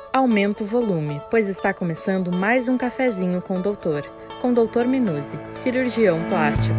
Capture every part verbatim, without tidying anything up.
Aumenta o volume, pois está começando mais um cafezinho com o doutor, com o doutor Minuzzi, cirurgião plástico.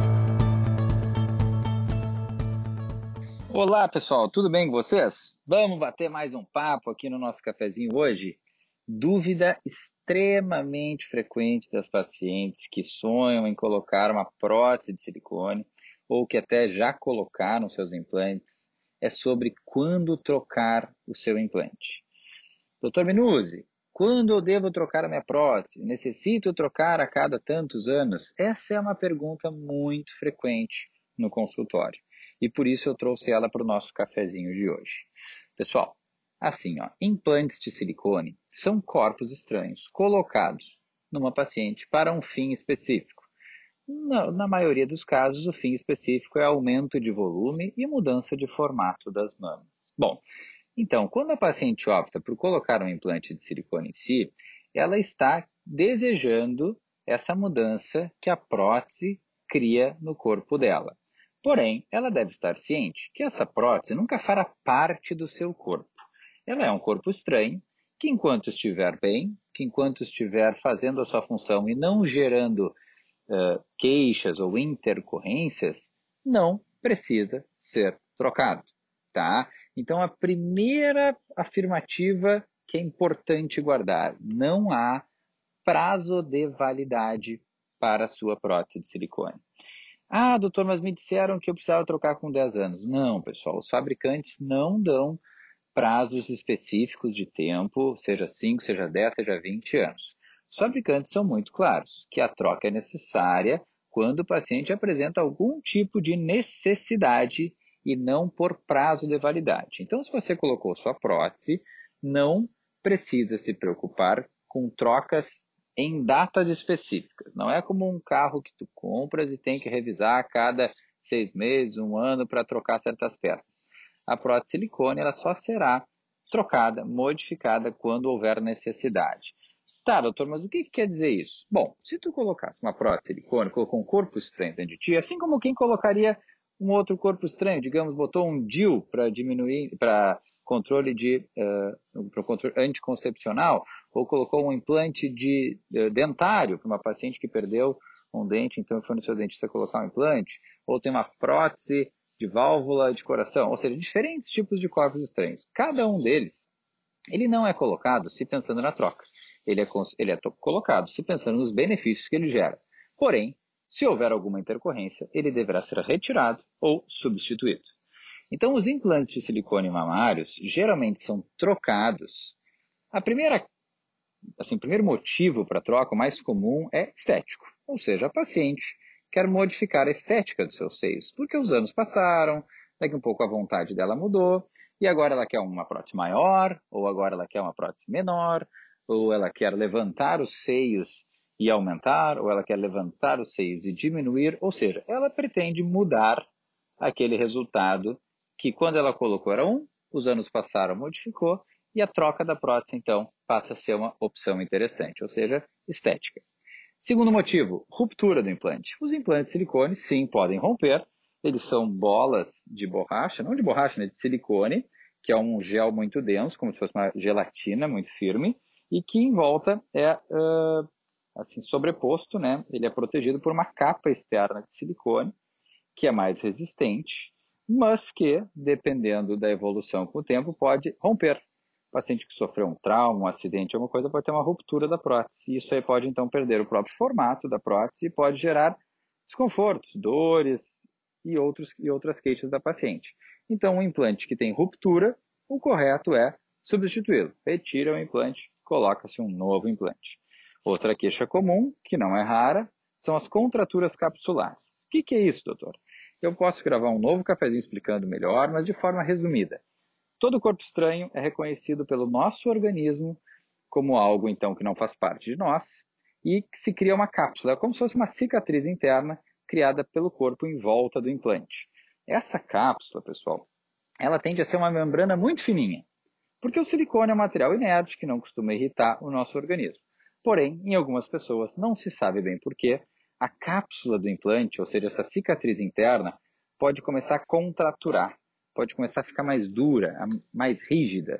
Olá pessoal, tudo bem com vocês? Vamos bater mais um papo aqui no nosso cafezinho hoje. Dúvida extremamente frequente das pacientes que sonham em colocar uma prótese de silicone ou que até já colocaram seus implantes é sobre quando trocar o seu implante. doutor Minuzzi, quando eu devo trocar a minha prótese? Necessito trocar a cada tantos anos? Essa é uma pergunta muito frequente no consultório. E por isso eu trouxe ela para o nosso cafezinho de hoje. Pessoal, assim, ó, implantes de silicone são corpos estranhos colocados numa paciente para um fim específico. Na, na maioria dos casos, o fim específico é aumento de volume e mudança de formato das mamas. Bom, então, quando a paciente opta por colocar um implante de silicone em si, ela está desejando essa mudança que a prótese cria no corpo dela. Porém, ela deve estar ciente que essa prótese nunca fará parte do seu corpo. Ela é um corpo estranho que, enquanto estiver bem, que enquanto estiver fazendo a sua função e não gerando uh, queixas ou intercorrências, não precisa ser trocado. Tá? Então, a primeira afirmativa que é importante guardar, não há prazo de validade para a sua prótese de silicone. Ah, doutor, mas me disseram que eu precisava trocar com dez anos. Não, pessoal, os fabricantes não dão prazos específicos de tempo, seja cinco, seja dez, seja vinte anos. Os fabricantes são muito claros que a troca é necessária quando o paciente apresenta algum tipo de necessidade e não por prazo de validade. Então, se você colocou sua prótese, não precisa se preocupar com trocas em datas específicas. Não é como um carro que tu compras e tem que revisar a cada seis meses, um ano para trocar certas peças. A prótese silicone ela só será trocada, modificada quando houver necessidade. Tá, doutor, mas o que, que quer dizer isso? Bom, se tu colocasse uma prótese silicone, colocou um corpo estranho dentro de ti, assim como quem colocaria um outro corpo estranho, digamos, botou um D I U para diminuir, para controle de, uh, para controle anticoncepcional, ou colocou um implante de uh, dentário para uma paciente que perdeu um dente, então foi no seu dentista colocar um implante, ou tem uma prótese de válvula de coração, ou seja, diferentes tipos de corpos estranhos. Cada um deles, ele não é colocado se pensando na troca. Ele é, ele é colocado se pensando nos benefícios que ele gera. Porém, se houver alguma intercorrência, ele deverá ser retirado ou substituído. Então, os implantes de silicone mamários geralmente são trocados. A primeira, assim, o primeiro motivo para a troca, o mais comum, é estético. Ou seja, a paciente quer modificar a estética dos seus seios, porque os anos passaram, daqui um pouco a vontade dela mudou, e agora ela quer uma prótese maior, ou agora ela quer uma prótese menor, ou ela quer levantar os seios e aumentar, ou ela quer levantar os seios e diminuir, ou seja, ela pretende mudar aquele resultado que quando ela colocou era um, os anos passaram, modificou, e a troca da prótese, então, passa a ser uma opção interessante, ou seja, estética. Segundo motivo, ruptura do implante. Os implantes de silicone, sim, podem romper. Eles são bolas de borracha, não de borracha, né, de silicone, que é um gel muito denso, como se fosse uma gelatina muito firme, e que em volta é uh, assim, sobreposto, né? Ele é protegido por uma capa externa de silicone, que é mais resistente, mas que, dependendo da evolução com o tempo, pode romper. O paciente que sofreu um trauma, um acidente, alguma coisa, pode ter uma ruptura da prótese. Isso aí pode, então, perder o próprio formato da prótese e pode gerar desconfortos, dores e, outros, e outras queixas da paciente. Então, um implante que tem ruptura, o correto é substituí-lo. Retira o implante, coloca-se um novo implante. Outra queixa comum, que não é rara, são as contraturas capsulares. O que, que é isso, doutor? Eu posso gravar um novo cafezinho explicando melhor, mas de forma resumida. Todo corpo estranho é reconhecido pelo nosso organismo como algo, então, que não faz parte de nós e que se cria uma cápsula, é como se fosse uma cicatriz interna criada pelo corpo em volta do implante. Essa cápsula, pessoal, ela tende a ser uma membrana muito fininha, porque o silicone é um material inerte que não costuma irritar o nosso organismo. Porém, em algumas pessoas, não se sabe bem porquê, a cápsula do implante, ou seja, essa cicatriz interna, pode começar a contraturar, pode começar a ficar mais dura, mais rígida.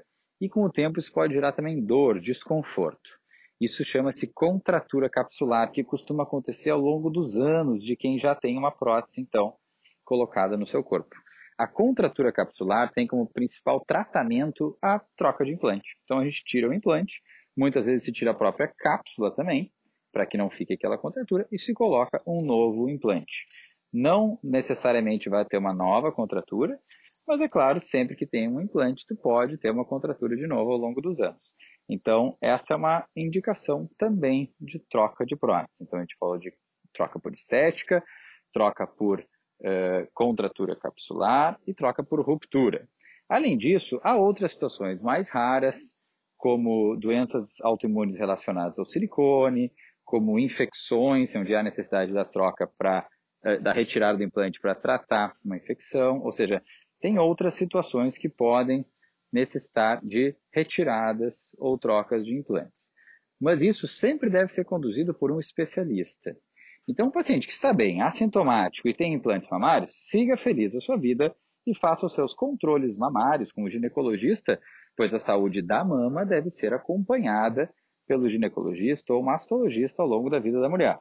e com o tempo isso pode gerar também dor, desconforto. Isso chama-se contratura capsular, que costuma acontecer ao longo dos anos de quem já tem uma prótese, então, colocada no seu corpo. A contratura capsular tem como principal tratamento a troca de implante. Então a gente tira o implante, muitas vezes se tira a própria cápsula também, para que não fique aquela contratura, e se coloca um novo implante. Não necessariamente vai ter uma nova contratura, mas é claro, sempre que tem um implante, tu pode ter uma contratura de novo ao longo dos anos. Então, essa é uma indicação também de troca de prótese. Então, a gente falou de troca por estética, troca por eh, contratura capsular e troca por ruptura. Além disso, há outras situações mais raras, como doenças autoimunes relacionadas ao silicone, como infecções, onde há necessidade da troca para da retirada do implante para tratar uma infecção, ou seja, tem outras situações que podem necessitar de retiradas ou trocas de implantes. Mas isso sempre deve ser conduzido por um especialista. Então, o paciente que está bem, assintomático e tem implantes mamários, siga feliz a sua vida e faça os seus controles mamários com o ginecologista, pois a saúde da mama deve ser acompanhada pelo ginecologista ou mastologista ao longo da vida da mulher.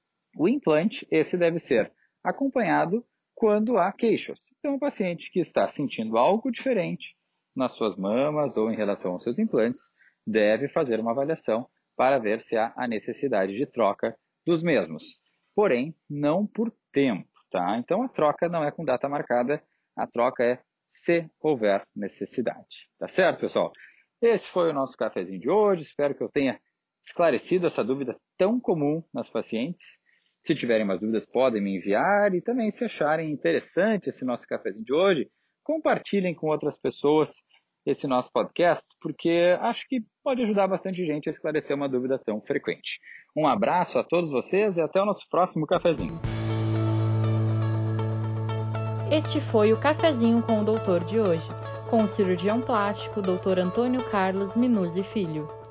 O implante, esse deve ser acompanhado quando há queixas. Então, o paciente que está sentindo algo diferente nas suas mamas ou em relação aos seus implantes, deve fazer uma avaliação para ver se há a necessidade de troca dos mesmos. Porém, não por tempo, tá? Então, a troca não é com data marcada, a troca é se houver necessidade. Tá certo, pessoal? Esse foi o nosso cafezinho de hoje. Espero que eu tenha esclarecido essa dúvida tão comum nas pacientes. Se tiverem mais dúvidas, podem me enviar e também se acharem interessante esse nosso cafezinho de hoje, compartilhem com outras pessoas esse nosso podcast, porque acho que pode ajudar bastante gente a esclarecer uma dúvida tão frequente. Um abraço a todos vocês e até o nosso próximo cafezinho. Este foi o Cafezinho com o Doutor de hoje, com o cirurgião plástico doutor Antônio Carlos Minuzzi Filho.